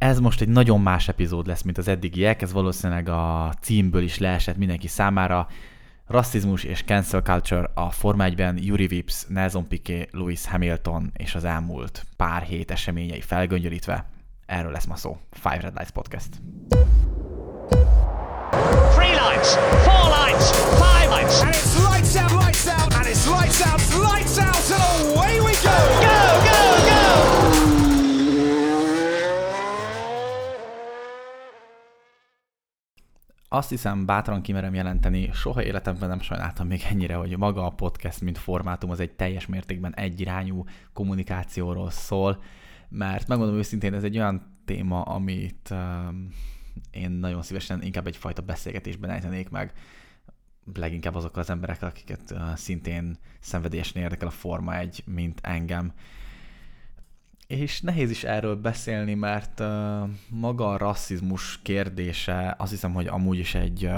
Ez most egy nagyon más epizód lesz, mint az eddigiek, ez valószínűleg a címből is leesett mindenki számára. Rasszizmus és cancel culture a Forma 1-ben, Juri Vips, Nelson Piquet, Lewis Hamilton és az elmúlt pár hét eseményei felgöngyölítve. Erről lesz ma szó. 5 Red Lights Podcast. 3 lights, 4 lights, 5 lights. And it's lights out, and it's lights out, and away we go! Go, go, go! Azt hiszem, bátran kimerem jelenteni, soha életemben nem sajnáltam még ennyire, hogy maga a podcast, mint formátum, az egy teljes mértékben egyirányú kommunikációról szól, mert megmondom őszintén, ez egy olyan téma, amit én nagyon szívesen inkább egyfajta beszélgetésben ejtenék meg, leginkább azokkal az emberekkel, akiket szintén szenvedélyesen érdekel a Forma 1, mint engem. És nehéz is erről beszélni, mert maga a rasszizmus kérdése azt hiszem, hogy amúgy is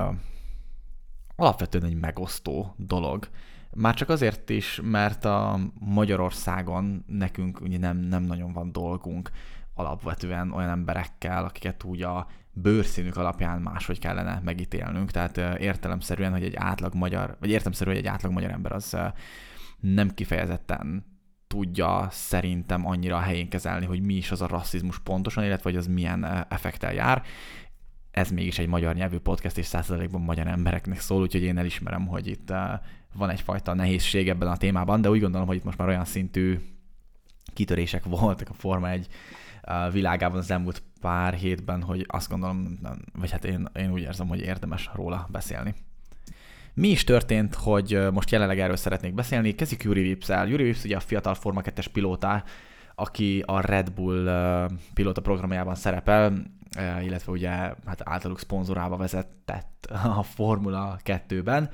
alapvetően egy megosztó dolog. Már csak azért is, mert a Magyarországon nekünk ugye nem nagyon van dolgunk alapvetően olyan emberekkel, akiket úgy a bőrszínük alapján máshogy kellene megítélnünk. Tehát értelemszerűen, hogy egy átlag magyar ember az nem kifejezetten tudja szerintem annyira a helyén kezelni, hogy mi is az a rasszizmus pontosan, illetve hogy az milyen effektel jár. Ez mégis egy magyar nyelvű podcast, és 100%-ban magyar embereknek szól, úgyhogy én elismerem, hogy itt van egyfajta nehézség ebben a témában, de úgy gondolom, hogy itt most már olyan szintű kitörések voltak a Forma 1 világában az elmúlt pár hétben, hogy azt gondolom, vagy hát én úgy érzem, hogy érdemes róla beszélni. Mi is történt, hogy most jelenleg erről szeretnék beszélni? Kezdjük Juri Vipsszel. Juri Vips ugye a fiatal Forma 2-es pilóta, aki a Red Bull pilóta programjában szerepel, illetve ugye hát általuk szponzorálva vezetett a Formula 2-ben.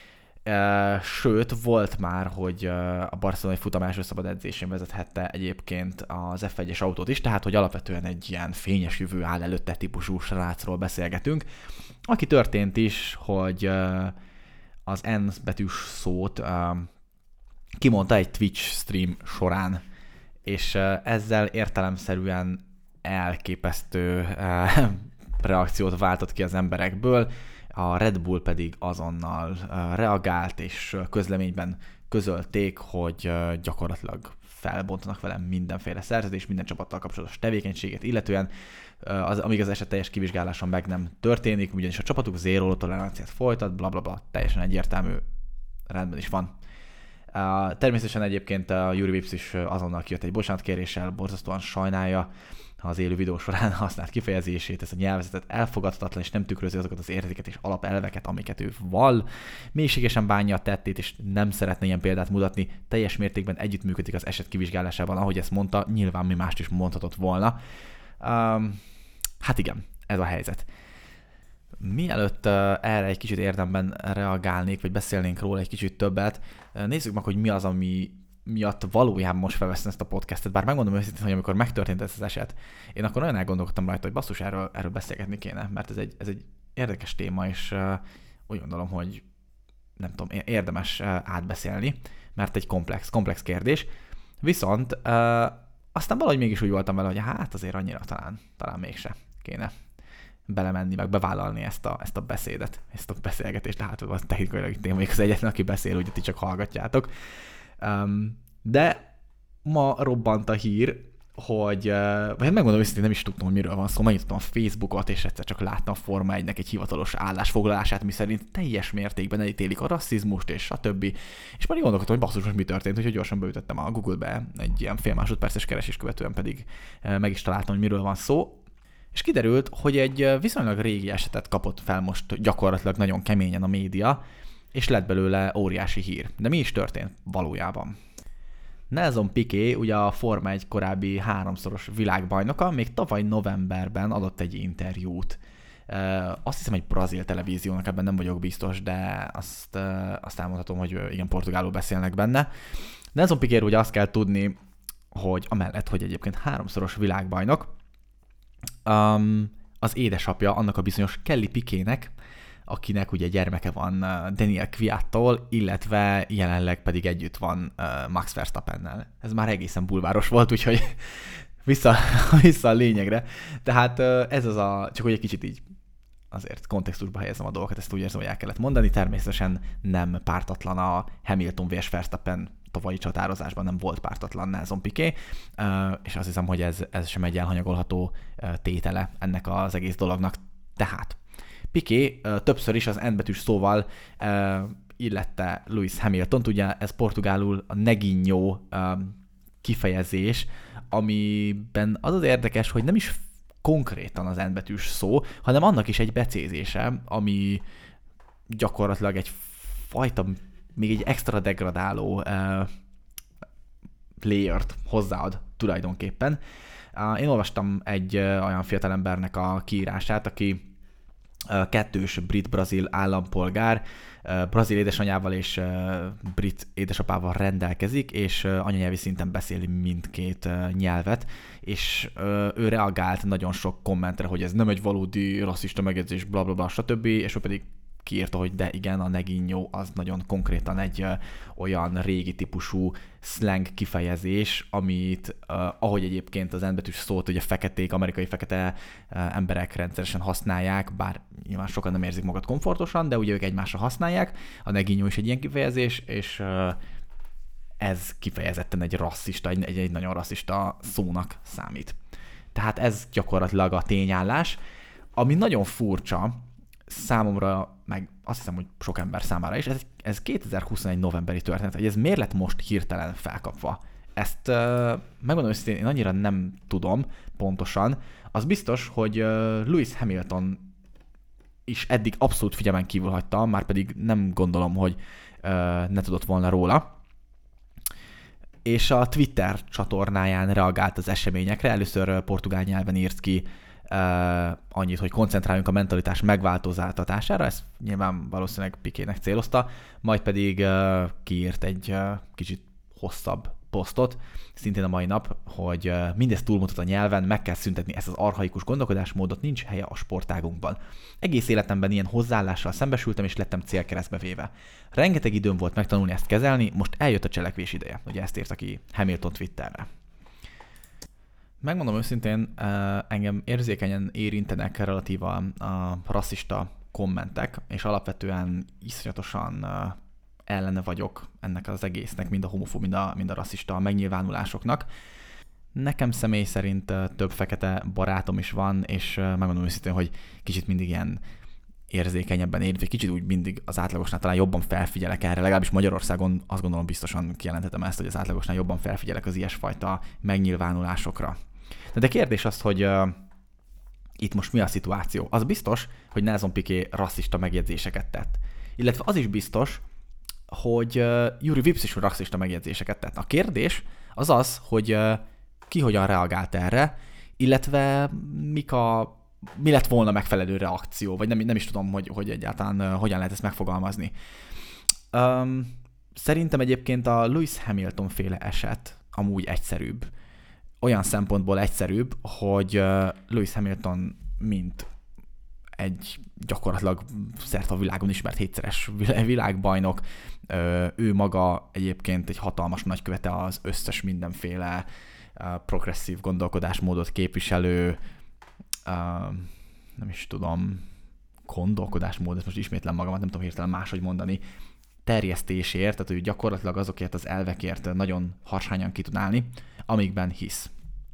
Sőt, volt már, hogy a barcelonai futam első szabad edzésén vezethette egyébként az F1-es autót is, tehát hogy alapvetően egy ilyen fényes jövő áll előtte típusú srácról beszélgetünk. Aki történt is, hogy az N betűs szót kimondta egy Twitch stream során, és ezzel értelemszerűen elképesztő reakciót váltott ki az emberekből, a Red Bull pedig azonnal reagált, és közleményben közölték, hogy gyakorlatilag felbontanak velem mindenféle szerződést, minden csapattal kapcsolatos tevékenységet, illetően amíg az eset teljes kivizsgálása meg nem történik, ugyanis a csapatuk zéró toleranciát folytat, blablabla, teljesen egyértelmű, rendben is van. Természetesen egyébként a Juri Vips is azonnal kijött egy bocsánatkéréssel, borzasztóan sajnálja az élő videó során használt kifejezését, ezt a nyelvezetet elfogadhatatlan, és nem tükrözi azokat az értékeket és alapelveket, amiket ő vall. Mélységesen bánja a tettét, és nem szeretne ilyen példát mutatni, teljes mértékben együttműködik az eset kivizsgálásában, ahogy ezt mondta, nyilván mi mást is mondhatott volna. Hát igen, ez a helyzet. Mielőtt erre egy kicsit érdemben reagálnék, vagy beszélnénk róla egy kicsit többet, nézzük meg, hogy mi az, ami miatt valójában most felveszem ezt a podcastet, bár megmondom őszintén, hogy amikor megtörtént ez az eset, én akkor nagyon elgondolkodtam rajta, hogy basszus, erről beszélgetni kéne, mert ez egy érdekes téma, és úgy gondolom, hogy nem tudom, érdemes átbeszélni, mert egy komplex kérdés. Viszont aztán valahogy mégis úgy voltam vele, hogy hát azért annyira talán mégse kéne belemenni, meg bevállalni ezt a beszédet, ezt a beszélgetést, tehát az technikailag itt én vagyok az egyetlen, aki beszél, úgyhogy ti csak hallgatjátok. De ma robbant a hír, hogy, vagy megmondom őszintén, nem is tudtam, hogy miről van szó, megnyitottam a Facebookot, és egyszer csak láttam a Forma 1-nek egy hivatalos állásfoglalását, miszerint teljes mértékben elítélik a rasszizmust, és a többi. És már gondolkodtam, hogy basszus, most mi történt, úgyhogy gyorsan beütöttem a Google-be, egy ilyen fél másodperces keresés követően pedig meg is találtam, hogy miről van szó. És kiderült, hogy egy viszonylag régi esetet kapott fel most gyakorlatilag nagyon keményen a média, és lett belőle óriási hír. De mi is történt valójában? Nelson Piquet, ugye a Forma 1 korábbi 3-szoros világbajnoka, még tavaly novemberben adott egy interjút. Azt hiszem, egy brazil televíziónak, ebben nem vagyok biztos, de azt elmondhatom, hogy igen, portugálul beszélnek benne. Nelson Piquet ugye azt kell tudni, hogy amellett, hogy egyébként 3-szoros világbajnok, az édesapja annak a bizonyos Kelly Piquetnek, akinek ugye gyermeke van Daniel Kvyat-tól, illetve jelenleg pedig együtt van Max Verstappennel. Ez már egészen bulváros volt, úgyhogy vissza a lényegre. Tehát ez az csak hogy egy kicsit így azért kontextusba helyezem a dolgokat, ezt úgy érzem, hogy el kellett mondani. Természetesen nem pártatlan a Hamilton vs. Verstappen tavalyi csatározásban, nem volt pártatlan Nelson Piquet, és azt hiszem, hogy ez sem egy elhanyagolható tétele ennek az egész dolognak. Tehát Piquet többször is az N betűs szóval illette Lewis Hamiltont, ugye ez portugálul a neguinho kifejezés, amiben az érdekes, hogy nem is konkrétan az N betűs szó, hanem annak is egy becézése, ami gyakorlatilag egy fajta, még egy extra degradáló layert hozzáad tulajdonképpen. Én olvastam egy olyan fiatalembernek a kiírását, aki kettős brit-brazil állampolgár, brazil édesanyával és brit édesapával rendelkezik, és anyanyelvi szinten beszéli mindkét nyelvet, és ő reagált nagyon sok kommentre, hogy ez nem egy valódi rasszista megjegyzés, blablabla, stb., és ő pedig kiírta, hogy de igen, a neguinho az nagyon konkrétan egy olyan régi típusú slang kifejezés, amit ahogy egyébként az N betűs szót ugye feketék, amerikai fekete emberek rendszeresen használják, bár nyilván sokan nem érzik magukat komfortosan, de ugye ők egymásra használják. A neguinho is egy ilyen kifejezés, és ez kifejezetten egy rasszista, egy nagyon rasszista szónak számít. Tehát ez gyakorlatilag a tényállás, ami nagyon furcsa, számomra, meg azt hiszem, hogy sok ember számára is, ez 2021 novemberi történet, hogy ez miért lett most hirtelen felkapva. Ezt megmondom őszintén, én annyira nem tudom pontosan. Az biztos, hogy Lewis Hamilton is eddig abszolút figyelmen kívül hagyta, már pedig nem gondolom, hogy ne tudott volna róla. És a Twitter csatornáján reagált az eseményekre, először portugál nyelven írt ki annyit, hogy koncentráljunk a mentalitás megváltoztatására, ezt nyilván valószínűleg Piquének célozta, majd pedig kiírt egy kicsit hosszabb posztot, szintén a mai nap, hogy mindez túlmutat a nyelven, meg kell szüntetni ezt az archaikus gondolkodásmódot, nincs helye a sportágunkban. Egész életemben ilyen hozzáállással szembesültem, és lettem célkeresztbe véve. Rengeteg időm volt megtanulni ezt kezelni, most eljött a cselekvés ideje. Ugye ezt írta ki Hamilton Twitterre. Megmondom őszintén, engem érzékenyen érintenek relatívan a rasszista kommentek, és alapvetően iszonyatosan ellene vagyok ennek az egésznek, mind a homofób, mind a rasszista megnyilvánulásoknak. Nekem személy szerint több fekete barátom is van, és megmondom őszintén, hogy kicsit mindig ilyen érzékenyebben érintve, kicsit úgy mindig az átlagosnál talán jobban felfigyelek erre, legalábbis Magyarországon azt gondolom biztosan kijelenthetem ezt, hogy az átlagosnál jobban felfigyelek az ilyesfajta megnyilvánulásokra. De kérdés az, hogy itt most mi a szituáció? Az biztos, hogy Nelson Piquet rasszista megjegyzéseket tett. Illetve az is biztos, hogy Juri Vips is rasszista megjegyzéseket tett. A kérdés az az, hogy ki hogyan reagált erre, illetve mi lett volna megfelelő reakció, vagy nem is tudom, hogy egyáltalán hogyan lehet ezt megfogalmazni. Szerintem egyébként a Lewis Hamilton féle eset amúgy egyszerűbb. Olyan szempontból egyszerűbb, hogy Lewis Hamilton mint egy gyakorlatilag szerte a világon ismert 7-szeres világbajnok, ő maga egyébként egy hatalmas nagykövete az összes mindenféle progresszív gondolkodásmódot képviselő, nem is tudom, gondolkodásmód, ezt most ismétlem magamat, nem tudom hirtelen máshogy mondani, terjesztésért, tehát ő gyakorlatilag azokért az elvekért nagyon harsányan ki tud állni, amikben hisz.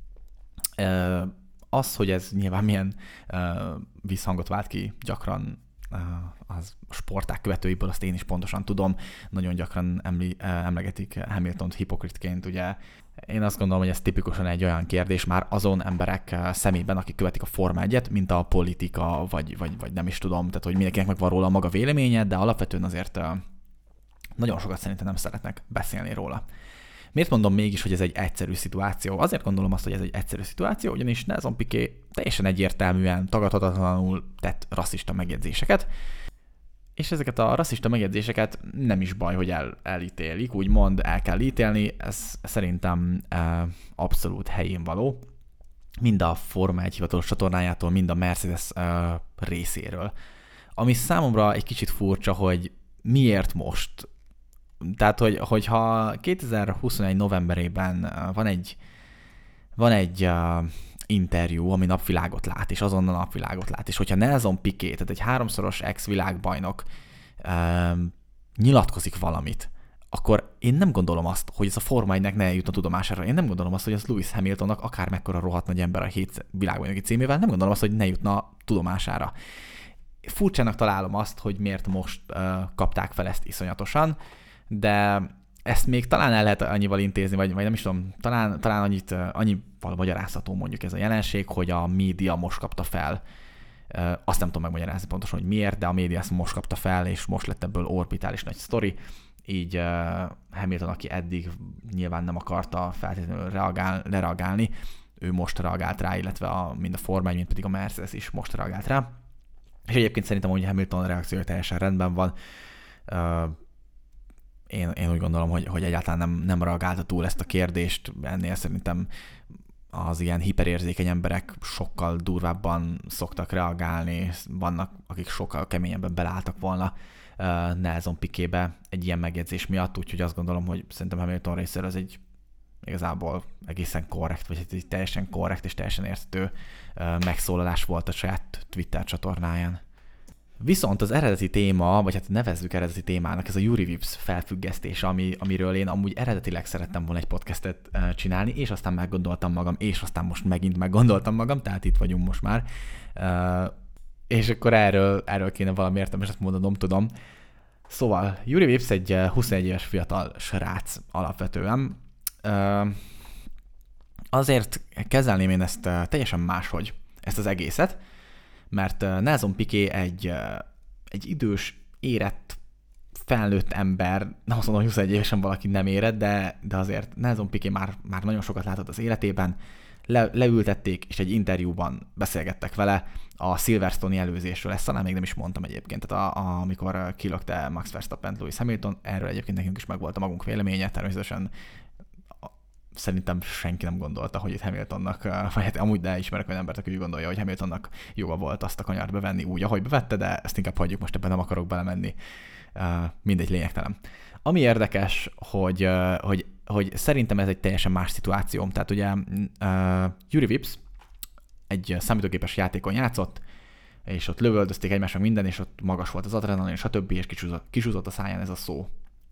Az, hogy ez nyilván milyen visszhangot vált ki gyakran az a sportág követőiből, azt én is pontosan tudom, nagyon gyakran emlegetik Hamiltont hipokritként, ugye. Én azt gondolom, hogy ez tipikusan egy olyan kérdés már azon emberek szemében, akik követik a Forma 1-et, mint a politika, vagy nem is tudom, tehát hogy mindenkinek meg van róla a maga véleménye, de alapvetően azért nagyon sokat szerintem nem szeretnek beszélni róla. Miért mondom mégis, hogy ez egy egyszerű szituáció? Azért gondolom azt, hogy ez egy egyszerű szituáció, ugyanis Nelson Piquet teljesen egyértelműen, tagadhatatlanul tett rasszista megjegyzéseket, és ezeket a rasszista megjegyzéseket nem is baj, hogy elítélik, úgymond el kell ítélni, ez szerintem abszolút helyén való. Mind a Forma 1 hivatalos csatornájától, mind a Mercedes részéről. Ami számomra egy kicsit furcsa, hogy miért most? Tehát, hogyha 2021 novemberében van egy van egy interjú, ami napvilágot lát, és azonnal napvilágot lát, és hogyha Nelson Piquet, tehát egy 3-szoros ex-világbajnok nyilatkozik valamit, akkor én nem gondolom azt, hogy ez a Forma 1-nek ne jutna tudomására. Én nem gondolom azt, hogy az Lewis Hamiltonnak akár mekkora rohadt nagy ember a 7 világbajnoki címével, nem gondolom azt, hogy ne jutna tudomására. Furcsának találom azt, hogy miért most kapták fel ezt iszonyatosan, de ezt még talán el lehet annyival intézni, vagy nem is tudom, talán annyival magyarázható mondjuk ez a jelenség, hogy a média most kapta fel. Azt nem tudom megmagyarázni pontosan, hogy miért, de a média ezt most kapta fel, és most lett ebből orbitális nagy sztori. Így Hamilton, aki eddig nyilván nem akarta feltétlenül lereagálni, ő most reagált rá, illetve mind a Forma 1, mind pedig a Mercedes is most reagált rá. És egyébként szerintem, hogy Hamilton reakciója teljesen rendben van. Én úgy gondolom, hogy egyáltalán nem reagálta túl ezt a kérdést. Ennél szerintem az ilyen hiperérzékeny emberek sokkal durvábban szoktak reagálni, vannak, akik sokkal keményebben beleálltak volna Nelson Piquébe egy ilyen megjegyzés miatt, úgyhogy azt gondolom, hogy szerintem Hamilton részéről ez egy igazából egészen korrekt, vagy egy teljesen korrekt és teljesen érthető megszólalás volt a saját Twitter csatornáján. Viszont az eredeti téma, vagy hát nevezzük eredeti témának, ez a Juri Vips felfüggesztés, amiről én amúgy eredetileg szerettem volna egy podcastet csinálni, és aztán meggondoltam magam, és aztán most megint meggondoltam magam, tehát itt vagyunk most már. És akkor erről kéne valami értelmeset mondanom, tudom. Szóval Juri Vips egy 21 éves fiatal srác alapvetően. Azért kezelném én ezt teljesen máshogy, ezt az egészet, mert Nelson Piquet egy idős, érett, felnőtt ember, nem azt mondom, hogy 21 évesen valaki nem érett, de azért Nelson Piquet már nagyon sokat látott az életében, leültették, és egy interjúban beszélgettek vele a Silverstone-i előzésről, ezt talán még nem is mondtam egyébként, tehát amikor kilökte Max Verstappen, Lewis Hamilton, erről egyébként nekünk is megvolt a magunk véleménye, természetesen szerintem senki nem gondolta, hogy itt Hamiltonnak, vagy hát amúgy de ismerek olyan embert, aki úgy gondolja, hogy Hamiltonnak joga volt azt a kanyart bevenni úgy, ahogy bevette, de ezt inkább hagyjuk, most ebben nem akarok belemenni. Mindegy, lényegtelen. Ami érdekes, hogy szerintem ez egy teljesen más szituáció. Tehát ugye Juri Vips egy számítógépes játékon játszott, és ott lövöldözték egymásnak minden, és ott magas volt az adrenalin, és a többi, és kisúzott a száján ez a szó.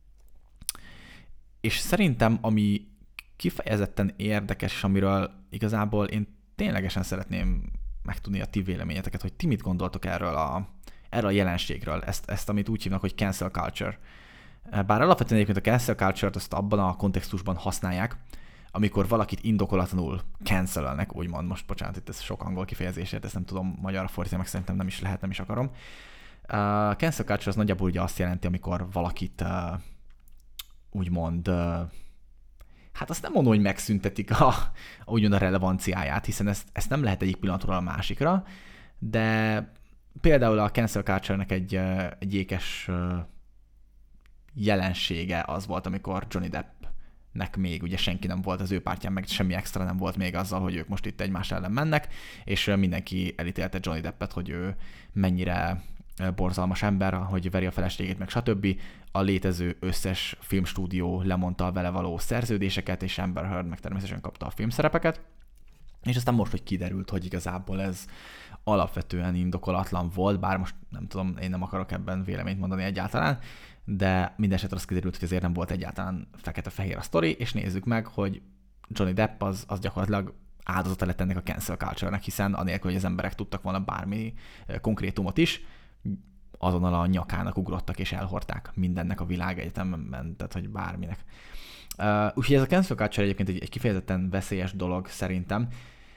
És szerintem, ami kifejezetten érdekes, és amiről igazából én ténylegesen szeretném megtudni a ti véleményeteket, hogy ti mit gondoltok erről a jelenségről, ezt amit úgy hívnak, hogy cancel culture. Bár alapvetően egyébként a cancel culture-t azt abban a kontextusban használják, amikor valakit indokolatlanul cancelelnek, úgymond, most bocsánat, itt ez sok angol kifejezésért, ezt nem tudom magyarra fordítani, meg szerintem nem is lehet, nem is akarom. Cancel culture az nagyjából ugye azt jelenti, amikor valakit úgymond hát azt nem mondom, hogy megszüntetik úgymond a relevanciáját, hiszen ezt nem lehet egyik pillanatról a másikra, de például a cancel culture-nek egy ékes jelensége az volt, amikor Johnny Deppnek még ugye senki nem volt az ő pártján, meg semmi extra nem volt még azzal, hogy ők most itt egymás ellen mennek, és mindenki elítélte Johnny Deppet, hogy ő mennyire borzalmas ember, hogy veri a feleségét, meg stb. A létező összes filmstúdió lemondta a vele való szerződéseket, és Amber Heard meg természetesen kapta a filmszerepeket. És aztán most, hogy kiderült, hogy igazából ez alapvetően indokolatlan volt, bár most nem tudom, én nem akarok ebben véleményt mondani egyáltalán, de mindenesetre az kiderült, hogy azért nem volt egyáltalán fekete-fehér a sztori, és nézzük meg, hogy Johnny Depp az gyakorlatilag áldozata lett ennek a cancel culture-nek, hiszen anélkül, hogy az emberek tudtak volna bármi konkrétumot is, azonnal a nyakának ugrottak és elhordták mindennek a világegyetemben, tehát hogy bárminek. Úgyhogy ez a cancel culture egyébként egy kifejezetten veszélyes dolog szerintem.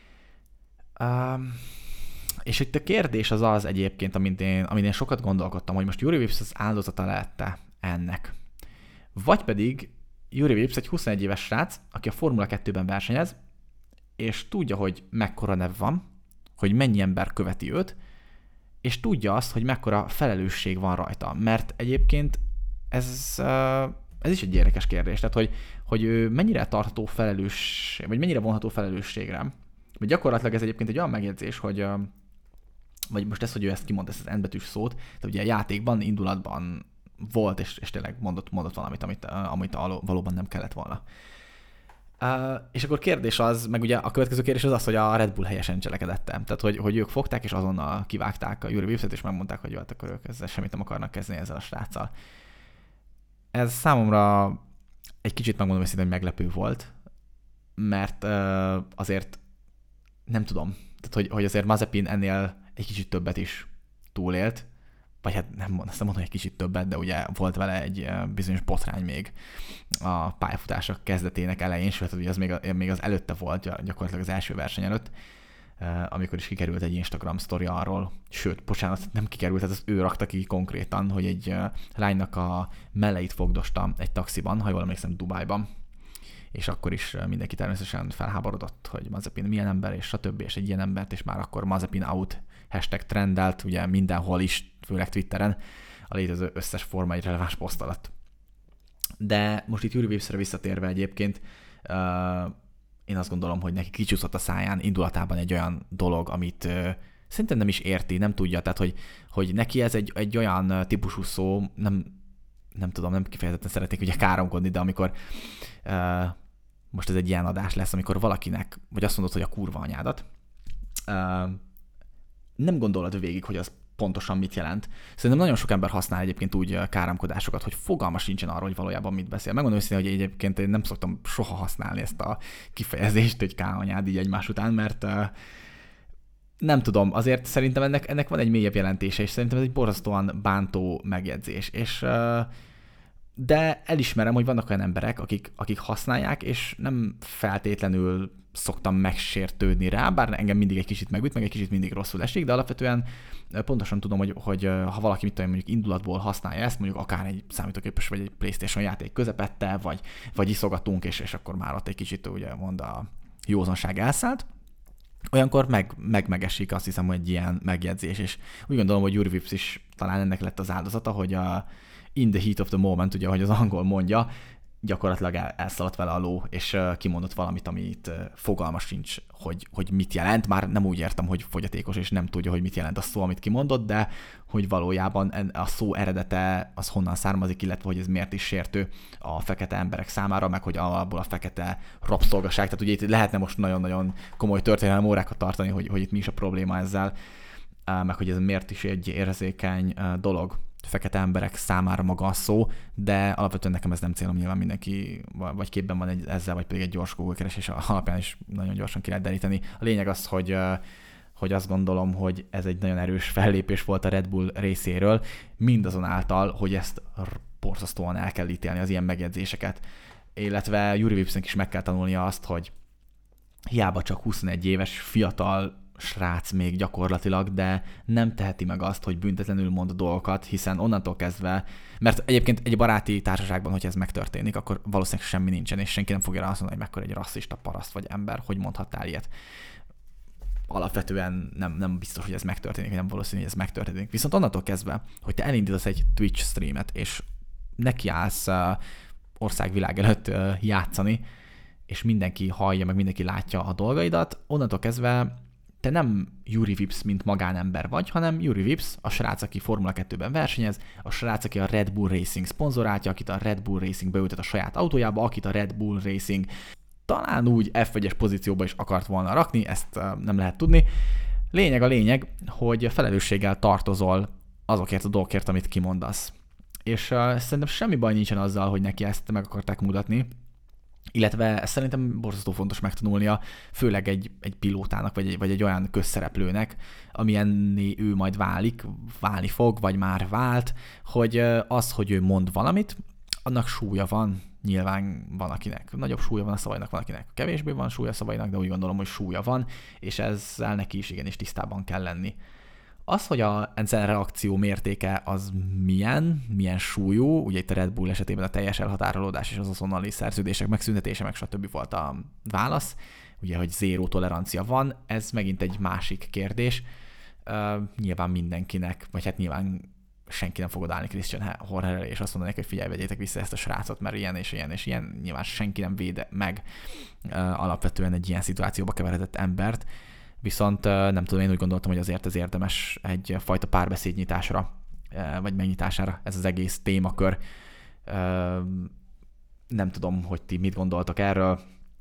És itt a kérdés az egyébként, amin én sokat gondolkodtam, hogy most Juri Vips az áldozata lett ennek. Vagy pedig Juri Vips egy 21 éves srác, aki a Formula 2-ben versenyez, és tudja, hogy mekkora nev van, hogy mennyi ember követi őt, és tudja azt, hogy mekkora felelősség van rajta. Mert egyébként ez is egy érdekes kérdés. Tehát, hogy ő mennyire tartható felelős, vagy mennyire vonható felelősségre. Vagy gyakorlatilag ez egyébként egy olyan megjegyzés, hogy vagy most ez, hogy ő ezt kimondta, ezt az N-betűs szót, tehát ugye a játékban, indulatban volt, és tényleg mondott valamit, amit valóban nem kellett volna. És akkor kérdés az, meg ugye a következő kérdés az, hogy a Red Bull helyesen cselekedette. Tehát, hogy ők fogták, és azonnal kivágták a Juri Vips-et, és megmondták, hogy hát akkor ők ezzel semmit nem akarnak kezdeni ezzel a sráccal. Ez számomra egy kicsit megmondom őszintén, hogy meglepő volt, mert azért nem tudom, tehát hogy azért Mazepin ennél egy kicsit többet is túlélt, vagy hát nem mondom, hogy egy kicsit többet, de ugye volt vele egy bizonyos botrány még a pályafutása kezdetének elején, sőt, ugye az még az előtte volt, gyakorlatilag az első verseny előtt, amikor is kikerült egy Instagram sztori arról, sőt, bocsánat, nem kikerült, ez az ő rakta ki konkrétan, hogy egy lánynak a melleit fogdosta egy taxiban, ha jól emlékszem, Dubájban, és akkor is mindenki természetesen felháborodott, hogy Mazepin milyen ember, és stb. És egy ilyen embert, és már akkor Mazepin out hashtag trendelt, ugye mindenhol is, főleg Twitteren, a létező összes formai releváns poszt alatt. De most itt Juri Vips-re visszatérve egyébként, én azt gondolom, hogy neki kicsúszott a száján indulatában egy olyan dolog, amit szerintem nem is érti, nem tudja, tehát hogy neki ez egy olyan típusú szó, nem tudom, nem kifejezetten szeretnék ugye káromkodni, de amikor most ez egy ilyen adás lesz, amikor valakinek, vagy azt mondod, hogy a kurva anyádat, nem gondolod végig, hogy az pontosan mit jelent. Szerintem nagyon sok ember használ egyébként úgy káromkodásokat, hogy fogalma sincsen arról, hogy valójában mit beszél. Megmondom őszintén, hogy egyébként én nem szoktam soha használni ezt a kifejezést, hogy káranyád így egymás után, mert nem tudom, azért szerintem ennek van egy mélyebb jelentése, és szerintem ez egy borzasztóan bántó megjegyzés. De elismerem, hogy vannak olyan emberek, akik használják, és nem feltétlenül szoktam megsértődni rá, bár engem mindig egy kicsit megüt, meg egy kicsit mindig rosszul esik, de alapvetően pontosan tudom, hogy ha valaki mit tudom, mondjuk indulatból használja ezt, mondjuk akár egy számítógépes vagy egy PlayStation játék közepette, vagy iszogatunk, és akkor már ott egy kicsit ugye mond a józanság elszállt, olyankor megesik, azt hiszem, hogy egy ilyen megjegyzés, és úgy gondolom, hogy Juri Vips is talán ennek lett az áldozata, hogy in the heat of the moment, ugye, ahogy az angol mondja, gyakorlatilag elszaladt vele a ló, és kimondott valamit, amit fogalma sincs, hogy mit jelent. Már nem úgy értem, hogy fogyatékos, és nem tudja, hogy mit jelent a szó, amit kimondott, de hogy valójában a szó eredete az honnan származik, illetve hogy ez miért is sértő a fekete emberek számára, meg hogy abból a fekete rabszolgaság. Tehát ugye itt lehetne most nagyon-nagyon komoly történelmi órákat tartani, hogy itt mi is a probléma ezzel, meg hogy ez miért is egy érzékeny dolog fekete emberek számára maga a szó, de alapvetően nekem ez nem célom, nyilván mindenki vagy képben van ezzel, vagy pedig egy gyors Google keresés alapján is nagyon gyorsan ki lehet deríteni. A lényeg az, hogy azt gondolom, hogy ez egy nagyon erős fellépés volt a Red Bull részéről, mindazonáltal, hogy ezt borzasztóan el kell ítélni, az ilyen megjegyzéseket. Illetve Juri Vipsnek is meg kell tanulnia azt, hogy hiába csak 21 éves, fiatal srác még gyakorlatilag, de nem teheti meg azt, hogy büntetlenül mond dolgokat, hiszen onnantól kezdve, mert egyébként egy baráti társaságban, hogyha ez megtörténik, akkor valószínűleg semmi nincsen, és senki nem fogja azt mondani, hogy mekkora egy rasszista paraszt vagy ember, hogy mondhattál ilyet. Alapvetően nem biztos, hogy ez megtörténik, nem valószínű, hogy ez megtörténik. Viszont onnantól kezdve, hogy te elindítasz egy Twitch streamet, és nekiállsz országvilág előtt játszani, és mindenki hallja, meg mindenki látja a dolgaidat, onnantól kezdve te nem Juri Vips, mint magánember vagy, hanem Juri Vips, a srác, aki Formula 2-ben versenyez, a srác, aki a Red Bull Racing szponzorálja, akit a Red Bull Racing beültet a saját autójába, akit a Red Bull Racing talán úgy F1-es pozícióba is akart volna rakni, ezt nem lehet tudni. Lényeg a lényeg, hogy felelősséggel tartozol azokért a dolgokért, amit kimondasz. És szerintem semmi baj nincsen azzal, hogy neki ezt meg akarták mutatni, illetve szerintem borzasztó fontos megtanulnia, főleg egy pilótának, vagy egy olyan közszereplőnek, amilyenné ő majd válni fog, vagy már vált, hogy az, hogy ő mond valamit, annak súlya van, nyilván van akinek nagyobb súlya van a szavainak, van akinek kevésbé van súlya a szavainak, de úgy gondolom, hogy súlya van, és ezzel neki is igenis tisztában kell lenni. Az, hogy ezen reakció mértéke az milyen súlyú, ugye itt a Red Bull esetében a teljes elhatárolódás és az azonnali szerződések megszüntetése, meg stb. Volt a válasz, ugye, hogy zéró tolerancia van, ez megint egy másik kérdés. Nyilván mindenkinek, vagy hát nyilván senki nem fog odállni Christian Hornerre, és azt mondani, hogy figyelj, vegyétek vissza ezt a srácot, mert ilyen és ilyen és ilyen. Nyilván senki nem véd meg alapvetően egy ilyen szituációba keveredett embert. Viszont nem tudom, én úgy gondoltam, hogy azért ez érdemes egyfajta párbeszédnyitásra, vagy megnyitására ez az egész témakör. Nem tudom, hogy ti mit gondoltok erről.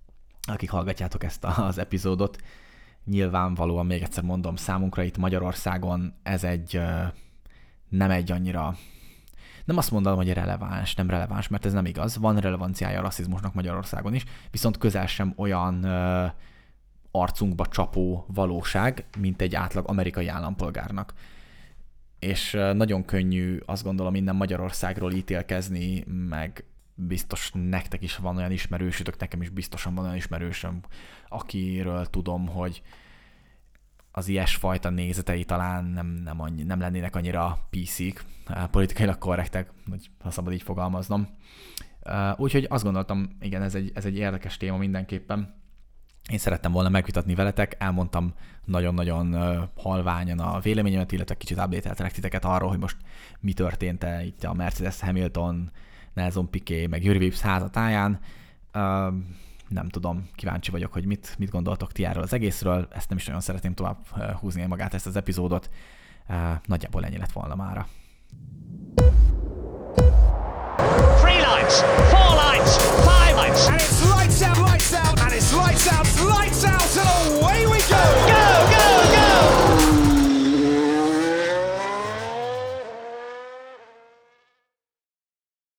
akik hallgatjátok ezt az epizódot. Nyilvánvalóan, még egyszer mondom, számunkra itt Magyarországon ez nem egy annyira, nem azt mondanám, hogy nem releváns, mert ez nem igaz. Van relevanciája a rasszizmusnak Magyarországon is, viszont közel sem olyan arcunkba csapó valóság, mint egy átlag amerikai állampolgárnak. És nagyon könnyű, azt gondolom, innen Magyarországról ítélkezni, meg biztos nektek is van olyan ismerősötök, nekem is biztosan van olyan ismerősöm, akiről tudom, hogy az ilyesfajta nézetei talán nem lennének annyira PC-k, politikailag korrektek, ha szabad így fogalmaznom. Úgyhogy azt gondoltam, igen, ez egy érdekes téma mindenképpen. Én szerettem volna megvitatni veletek, elmondtam nagyon-nagyon halványan a véleményemet, illetve kicsit update-eltelek titeket arról, hogy most mi történt itt a Mercedes, Hamilton, Nelson Piquet, meg Jüri Vips házatáján. Nem tudom, kíváncsi vagyok, hogy mit gondoltok ti erről az egészről. Ezt nem is nagyon szeretném tovább húzni magát ezt az epizódot. Nagyjából ennyi lett volna mára. 3 lights, 4 lights, 5 lights. And it's